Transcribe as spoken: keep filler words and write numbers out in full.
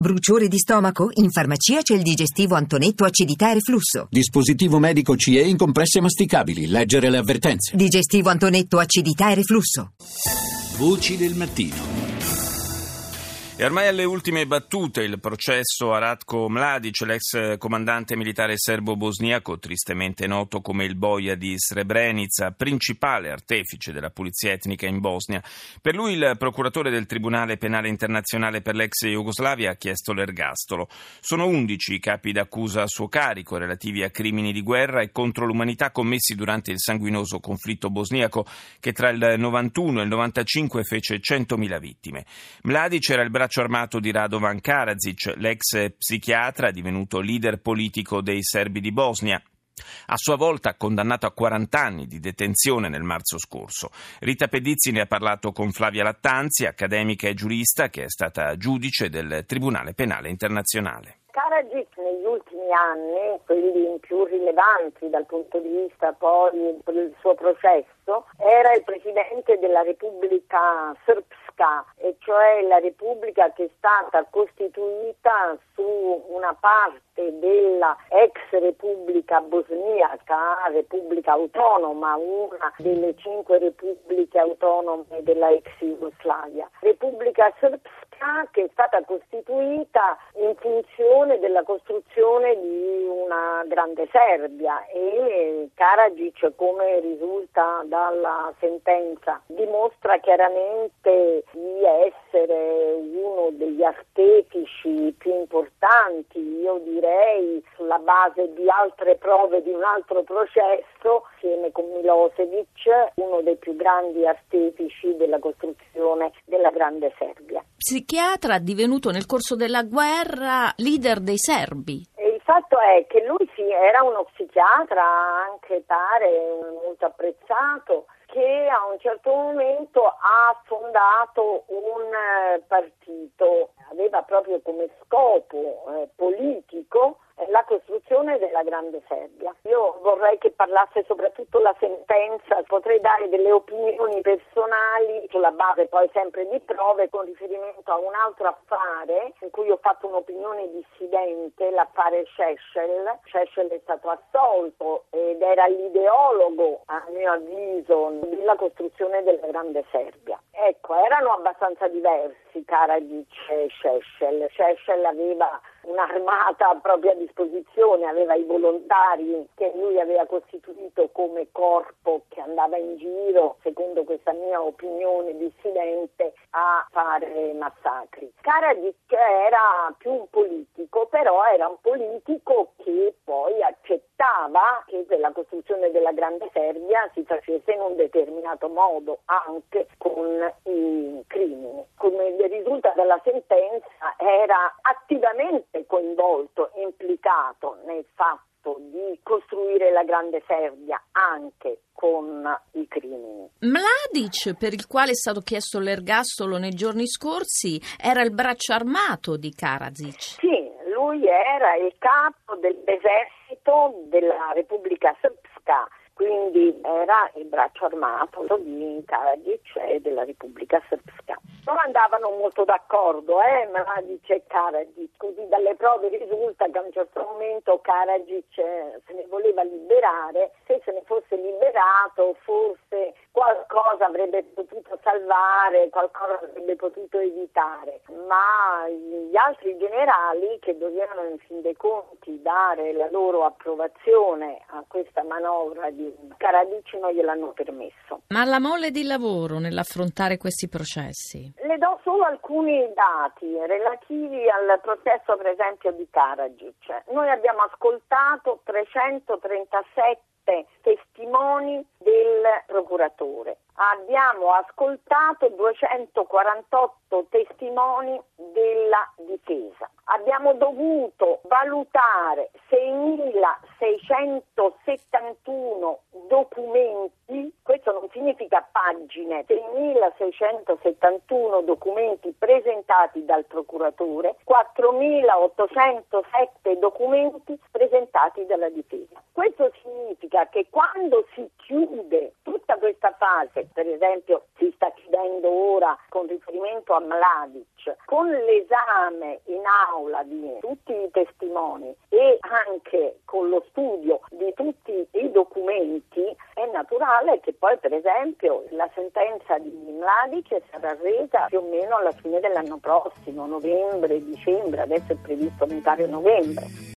Bruciore di stomaco? In farmacia c'è il digestivo Antonetto acidità e reflusso. Dispositivo medico C E in compresse masticabili. Leggere le avvertenze. Digestivo Antonetto acidità e reflusso. Voci del mattino. E ormai alle ultime battute il processo a Ratko Mladic, l'ex comandante militare serbo-bosniaco, tristemente noto come il boia di Srebrenica, principale artefice della pulizia etnica in Bosnia. Per lui il procuratore del Tribunale Penale Internazionale per l'ex Jugoslavia ha chiesto l'ergastolo. Sono undici i capi d'accusa a suo carico relativi a crimini di guerra e contro l'umanità commessi durante il sanguinoso conflitto bosniaco che tra il novantuno e il novantacinque fece centomila vittime. Mladic era il braccio armato di Radovan Karadzic, l'ex psichiatra divenuto leader politico dei serbi di Bosnia, a sua volta condannato a quaranta anni di detenzione nel marzo scorso. Rita Pedizzi ne ha parlato con Flavia Lattanzi, accademica e giurista che è stata giudice del Tribunale Penale Internazionale. Karadzic negli ultimi anni, quelli più rilevanti dal punto di vista poi del suo processo, era il presidente della Repubblica Srpska, e cioè la repubblica che è stata costituita su una parte della ex Repubblica Bosniaca, Repubblica Autonoma, una delle cinque repubbliche autonome della ex Jugoslavia. Repubblica Srpska che è stata costituita in funzione della costruzione di una grande Serbia, e Karadzic, come risulta dalla sentenza, dimostra chiaramente di essere uno degli artefici più importanti, io direi sulla base di altre prove di un altro processo, insieme con Milosevic, uno dei più grandi artefici della costruzione della grande Serbia. Psichiatra divenuto nel corso della guerra leader dei serbi. E il fatto è che lui sì, era uno psichiatra, anche pare molto apprezzato, che a un certo momento ha fondato un partito, aveva proprio come scopo eh, politico la costruzione della grande Serbia. Io vorrei che parlasse soprattutto la sentenza, potrei dare delle opinioni personali sulla base poi sempre di prove, con riferimento a un altro affare in cui ho fatto un'opinione dissidente, l'affare Šešelj. Šešelj è stato assolto ed era l'ideologo, a mio avviso, della costruzione della grande Serbia. Ecco, erano abbastanza diversi Karadzic e Šešelj. Šešelj aveva un'armata a propria disposizione, aveva i volontari che lui aveva costituito come corpo che andava in giro, secondo questa mia opinione dissidente, a fare massacri. Karadzic era più un politico, però era un politico che poi accettava che la costruzione della grande Serbia si facesse in un determinato modo, anche con i crimini. Come risulta dalla sentenza, era attivamente coinvolto, implicato nel fatto di costruire la grande Serbia anche con i crimini. Mladic, per il quale è stato chiesto l'ergastolo nei giorni scorsi, era il braccio armato di Karadzic. Sì, lui era il capo dell'esercito della Repubblica Srpska, quindi era il braccio armato di Karadzic e della Repubblica Srpska. Non andavano molto d'accordo, eh, Mladic e Karadzic, così dalle prove risulta che a un certo momento Karadzic se ne voleva liberare. Se se ne fosse liberato forse qualcosa avrebbe potuto salvare, qualcosa avrebbe potuto evitare, ma gli altri generali, che dovevano in fin dei conti dare la loro approvazione a questa manovra di Karadzic, non gliel'hanno permesso. Ma la mole di lavoro nell'affrontare questi processi? Le do solo alcuni dati relativi al processo, per esempio, di Karadzic. Noi abbiamo ascoltato trecentotrentasette testimoni del procuratore. Abbiamo ascoltato duecentoquarantotto testimoni della difesa. Abbiamo dovuto valutare seimilaseicentosettantuno documenti, questo non significa pagine, seimilaseicentosettantuno documenti presentati dal procuratore, quattromilaottocentosette documenti presentati dalla difesa. Questo significa che quando si chiude tutta questa fase, per esempio si sta chiudendo ora con riferimento a Mladic, Mladic, con l'esame in aula di tutti i testimoni e anche con lo studio di tutti i documenti, è naturale che poi per esempio la sentenza di Mladic sarà resa più o meno alla fine dell'anno prossimo, novembre, dicembre, adesso è previsto mi pare novembre.